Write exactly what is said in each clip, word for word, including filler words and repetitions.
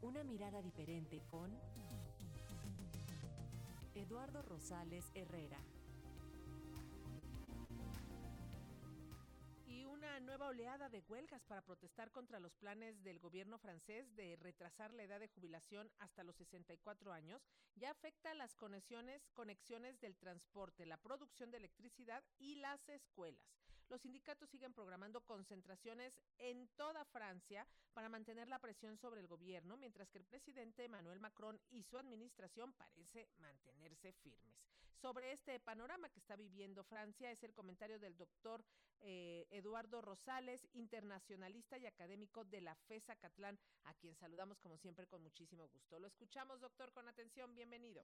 Una mirada diferente con Eduardo Rosales Herrera. Y una nueva oleada de huelgas para protestar contra los planes del gobierno francés de retrasar la edad de jubilación hasta los sesenta y cuatro años ya afecta las conexiones, conexiones del transporte, la producción de electricidad y las escuelas. Los sindicatos siguen programando concentraciones en toda Francia para mantener la presión sobre el gobierno, mientras que el presidente Emmanuel Macron y su administración parece mantenerse firmes. Sobre este panorama que está viviendo Francia es el comentario del doctor eh, Eduardo Rosales, internacionalista y académico de la FES Acatlán, a quien saludamos como siempre con muchísimo gusto. Lo escuchamos, doctor, con atención. Bienvenido.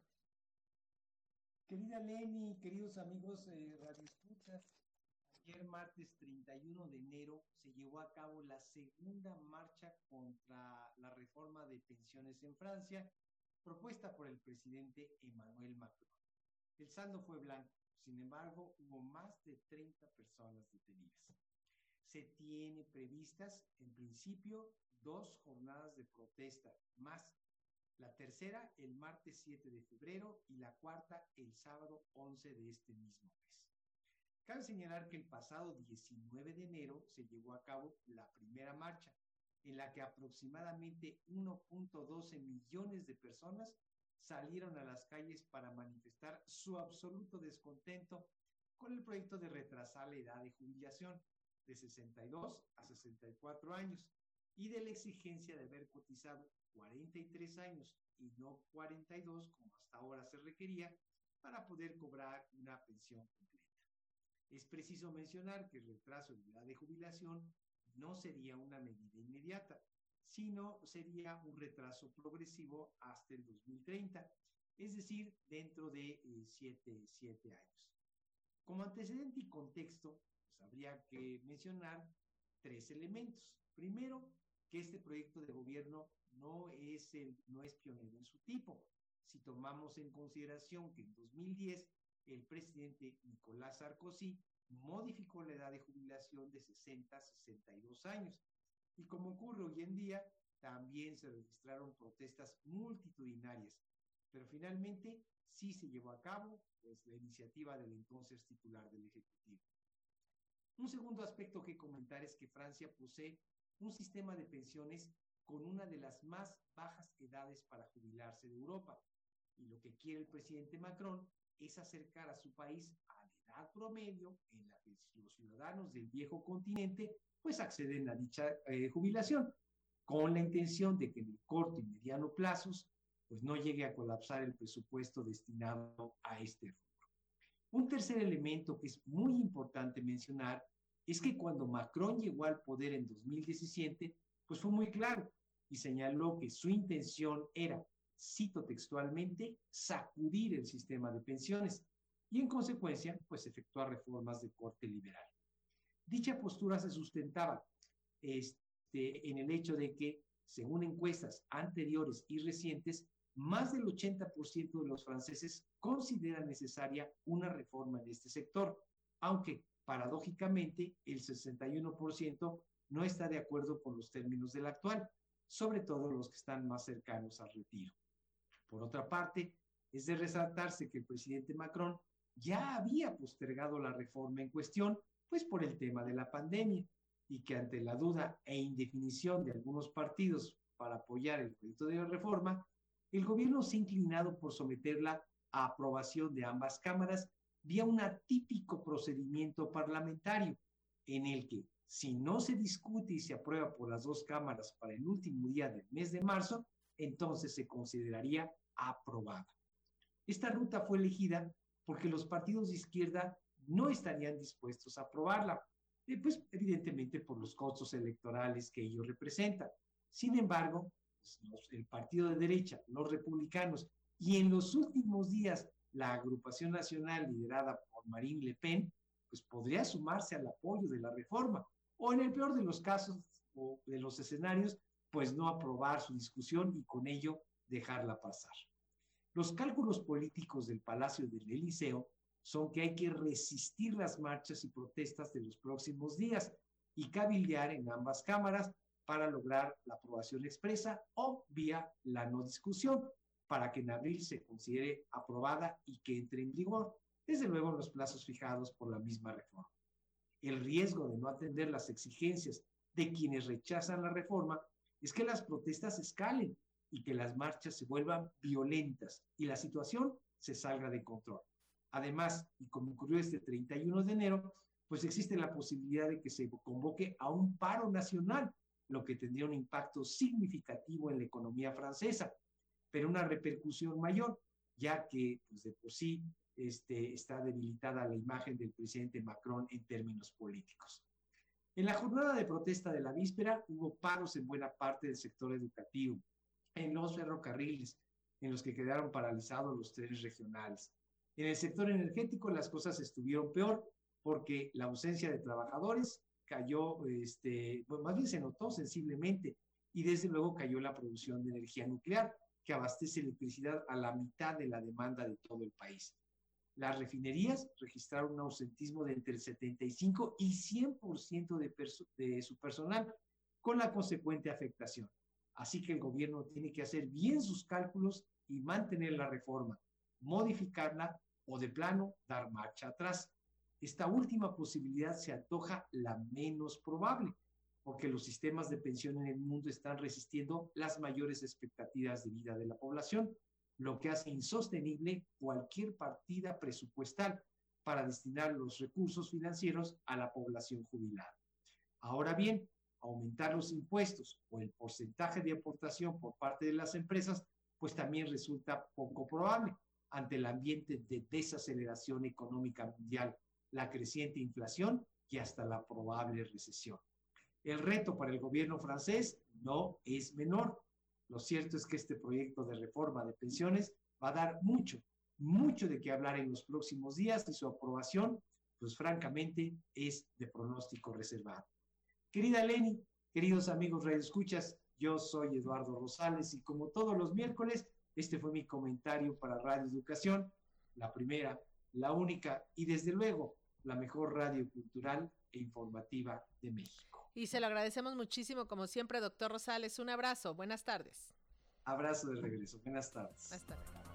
Querida Leni, queridos amigos eh, radioescuchas, ayer martes treinta y uno de enero se llevó a cabo la segunda marcha contra la reforma de pensiones en Francia, propuesta por el presidente Emmanuel Macron. El saldo fue blanco, sin embargo, hubo más de treinta personas detenidas. Se tiene previstas, en principio, dos jornadas de protesta más. La tercera, el martes siete de febrero, y la cuarta, el sábado once de este mismo mes. Cabe señalar que el pasado diecinueve de enero se llevó a cabo la primera marcha, en la que aproximadamente uno punto doce millones de personas salieron a las calles para manifestar su absoluto descontento con el proyecto de retrasar la edad de jubilación de sesenta y dos a sesenta y cuatro años y de la exigencia de haber cotizado cuarenta y tres años y no cuarenta y dos como hasta ahora se requería para poder cobrar una pensión completa. Es preciso mencionar que el retraso de la edad de jubilación no sería una medida inmediata, sino sería un retraso progresivo hasta el dos mil treinta, es decir, dentro de siete, siete años. Como antecedente y contexto, pues habría que mencionar tres elementos. Primero, que este proyecto de gobierno no es, el, no es pionero en su tipo. Si tomamos en consideración que en dos mil diez el presidente Nicolás Sarkozy modificó la edad de jubilación de sesenta a sesenta y dos años. Y como ocurre hoy en día, también se registraron protestas multitudinarias, pero finalmente sí se llevó a cabo pues, la iniciativa del entonces titular del Ejecutivo. Un segundo aspecto que comentar es que Francia posee un sistema de pensiones con una de las más bajas edades para jubilarse de Europa. Y lo que quiere el presidente Macron es acercar a su país a la edad promedio en la que los ciudadanos del viejo continente pues acceden a dicha eh, jubilación, con la intención de que en el corto y mediano plazos pues no llegue a colapsar el presupuesto destinado a este rubro. Un tercer elemento que es muy importante mencionar es que cuando Macron llegó al poder en dos mil diecisiete, pues fue muy claro y señaló que su intención era, cito textualmente, sacudir el sistema de pensiones y en consecuencia, pues efectuar reformas de corte liberal. Dicha postura se sustentaba este, en el hecho de que, según encuestas anteriores y recientes, más del ochenta por ciento de los franceses consideran necesaria una reforma en este sector, aunque paradójicamente el sesenta y uno por ciento no está de acuerdo con los términos del actual, sobre todo los que están más cercanos al retiro. Por otra parte, es de resaltarse que el presidente Macron ya había postergado la reforma en cuestión, pues por el tema de la pandemia, y que ante la duda e indefinición de algunos partidos para apoyar el proyecto de reforma, el gobierno se ha inclinado por someterla a aprobación de ambas cámaras vía un atípico procedimiento parlamentario, en el que, si no se discute y se aprueba por las dos cámaras para el último día del mes de marzo, entonces se consideraría aprobada. Esta ruta fue elegida porque los partidos de izquierda no estarían dispuestos a aprobarla, eh, pues evidentemente por los costos electorales que ellos representan. Sin embargo, pues, los, el partido de derecha, los republicanos, y en los últimos días la agrupación nacional liderada por Marine Le Pen, pues podría sumarse al apoyo de la reforma, o en el peor de los casos o de los escenarios, pues no aprobar su discusión y con ello dejarla pasar. Los cálculos políticos del Palacio del Eliseo son que hay que resistir las marchas y protestas de los próximos días y cabildear en ambas cámaras para lograr la aprobación expresa o vía la no discusión, para que en abril se considere aprobada y que entre en vigor, desde luego en los plazos fijados por la misma reforma. El riesgo de no atender las exigencias de quienes rechazan la reforma es que las protestas escalen y que las marchas se vuelvan violentas y la situación se salga de control. Además, y como ocurrió este treinta y uno de enero, pues existe la posibilidad de que se convoque a un paro nacional, lo que tendría un impacto significativo en la economía francesa, pero una repercusión mayor, ya que pues de por sí este, está debilitada la imagen del presidente Macron en términos políticos. En la jornada de protesta de la víspera hubo paros en buena parte del sector educativo, en los ferrocarriles, en los que quedaron paralizados los trenes regionales. En el sector energético las cosas estuvieron peor porque la ausencia de trabajadores cayó, este, bueno, más bien se notó sensiblemente, y desde luego cayó la producción de energía nuclear, que abastece electricidad a la mitad de la demanda de todo el país. Las refinerías registraron un ausentismo de entre el setenta y cinco y cien por ciento de, de su personal, con la consecuente afectación. Así que el gobierno tiene que hacer bien sus cálculos y mantener la reforma, modificarla o de plano dar marcha atrás. Esta última posibilidad se antoja la menos probable, porque los sistemas de pensión en el mundo están resistiendo las mayores expectativas de vida de la población, lo que hace insostenible cualquier partida presupuestal para destinar los recursos financieros a la población jubilada. Ahora bien, aumentar los impuestos o el porcentaje de aportación por parte de las empresas, pues también resulta poco probable ante el ambiente de desaceleración económica mundial, la creciente inflación y hasta la probable recesión. El reto para el gobierno francés no es menor. Lo cierto es que este proyecto de reforma de pensiones va a dar mucho, mucho de qué hablar en los próximos días y su aprobación, pues francamente, es de pronóstico reservado. Querida Leni, queridos amigos radioescuchas, yo soy Eduardo Rosales y como todos los miércoles, este fue mi comentario para Radio Educación, la primera, la única y desde luego la mejor radio cultural e informativa de México. Y se lo agradecemos muchísimo, como siempre, doctor Rosales. Un abrazo, buenas tardes. Abrazo de regreso, buenas tardes. Buenas tardes.